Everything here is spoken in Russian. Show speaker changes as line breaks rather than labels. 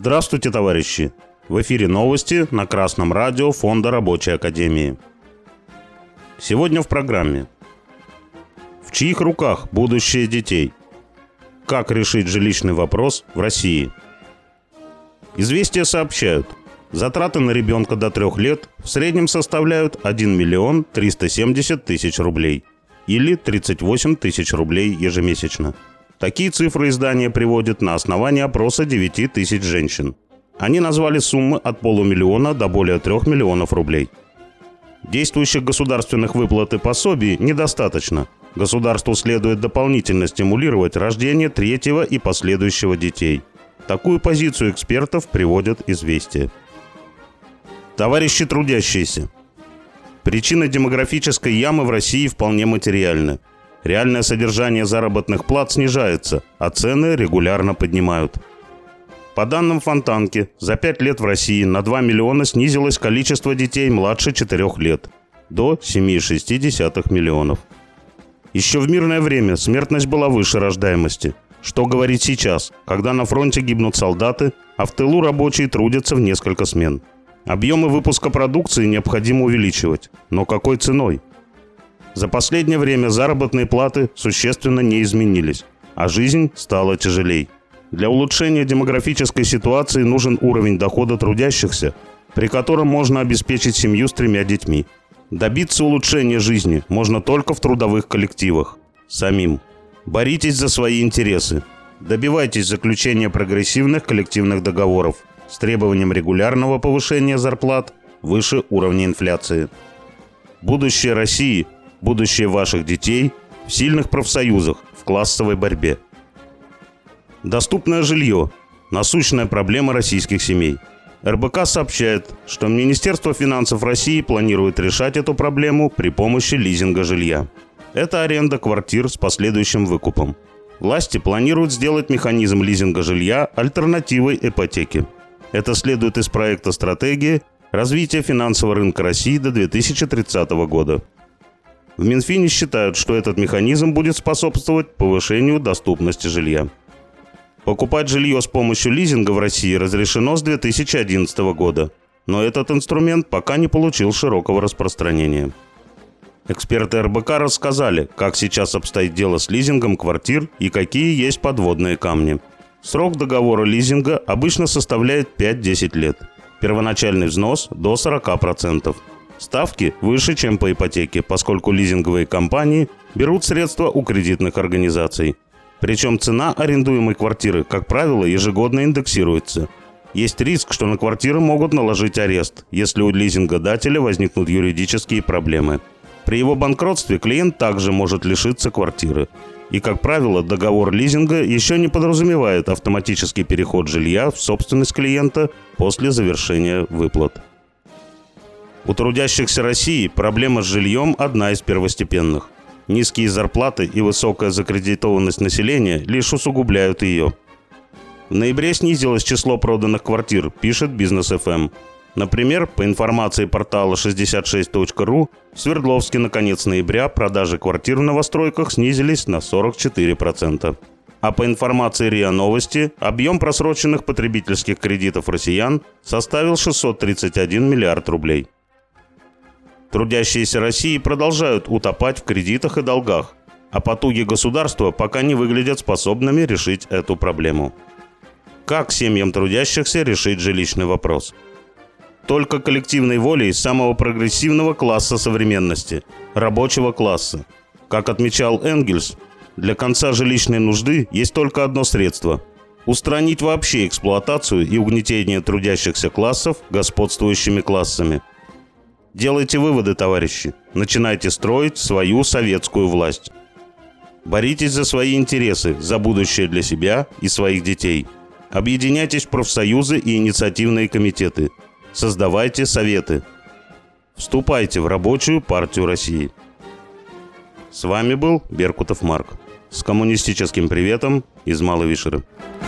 Здравствуйте, товарищи! В эфире новости на Красном радио Фонда Рабочей Академии. Сегодня в программе. В чьих руках будущее детей? Как решить жилищный вопрос в России? Известия сообщают, затраты на ребенка до 3 лет в среднем составляют 1 миллион 370 тысяч рублей или 38 тысяч рублей ежемесячно. Такие цифры издание приводит на основании опроса 9 тысяч женщин. Они назвали суммы от полумиллиона до более 3 миллионов рублей. Действующих государственных выплат и пособий недостаточно. Государству следует дополнительно стимулировать рождение 3-го и последующего детей. Такую позицию экспертов приводят известия. Товарищи трудящиеся. Причины демографической ямы в России вполне материальны. Реальное содержание заработных плат снижается, а цены регулярно поднимают. По данным Фонтанки, за 5 лет в России на 2 миллиона снизилось количество детей младше 4 лет до 7,6 миллионов. Еще в мирное время смертность была выше рождаемости. Что говорить сейчас, когда на фронте гибнут солдаты, а в тылу рабочие трудятся в несколько смен? Объемы выпуска продукции необходимо увеличивать. Но какой ценой? За последнее время заработные платы существенно не изменились, а жизнь стала тяжелей. Для улучшения демографической ситуации нужен уровень дохода трудящихся, при котором можно обеспечить семью с 3 детьми. Добиться улучшения жизни можно только в трудовых коллективах. Самим. Боритесь за свои интересы. Добивайтесь заключения прогрессивных коллективных договоров с требованием регулярного повышения зарплат выше уровня инфляции. Будущее России – будущее ваших детей в сильных профсоюзах, в классовой борьбе. Доступное жилье – насущная проблема российских семей. РБК сообщает, что Министерство финансов России планирует решать эту проблему при помощи лизинга жилья. Это аренда квартир с последующим выкупом. Власти планируют сделать механизм лизинга жилья альтернативой ипотеке. Это следует из проекта «Стратегии развития финансового рынка России до 2030 года». В Минфине считают, что этот механизм будет способствовать повышению доступности жилья. Покупать жилье с помощью лизинга в России разрешено с 2011 года, но этот инструмент пока не получил широкого распространения. Эксперты РБК рассказали, как сейчас обстоит дело с лизингом квартир и какие есть подводные камни. Срок договора лизинга обычно составляет 5-10 лет. Первоначальный взнос до 40%. Ставки выше, чем по ипотеке, поскольку лизинговые компании берут средства у кредитных организаций. Причем цена арендуемой квартиры, как правило, ежегодно индексируется. Есть риск, что на квартиры могут наложить арест, если у лизингодателя возникнут юридические проблемы. При его банкротстве клиент также может лишиться квартиры. И, как правило, договор лизинга еще не подразумевает автоматический переход жилья в собственность клиента после завершения выплат. У трудящихся России проблема с жильем одна из первостепенных. Низкие зарплаты и высокая закредитованность населения лишь усугубляют ее. В ноябре снизилось число проданных квартир, пишет Бизнес.ФМ. Например, по информации портала 66.ru, в Свердловске на конец ноября продажи квартир в новостройках снизились на 44%. А по информации РИА Новости, объем просроченных потребительских кредитов россиян составил 631 миллиард рублей. Трудящиеся России продолжают утопать в кредитах и долгах, а потуги государства пока не выглядят способными решить эту проблему. Как семьям трудящихся решить жилищный вопрос? Только коллективной волей самого прогрессивного класса современности – рабочего класса. Как отмечал Энгельс, для конца жилищной нужды есть только одно средство – устранить вообще эксплуатацию и угнетение трудящихся классов господствующими классами. Делайте выводы, товарищи. Начинайте строить свою советскую власть. Боритесь за свои интересы, за будущее для себя и своих детей. Объединяйтесь в профсоюзы и инициативные комитеты. Создавайте советы. Вступайте в Рабочую партию России. С вами был Беркутов Марк. С коммунистическим приветом из Малой Вишеры.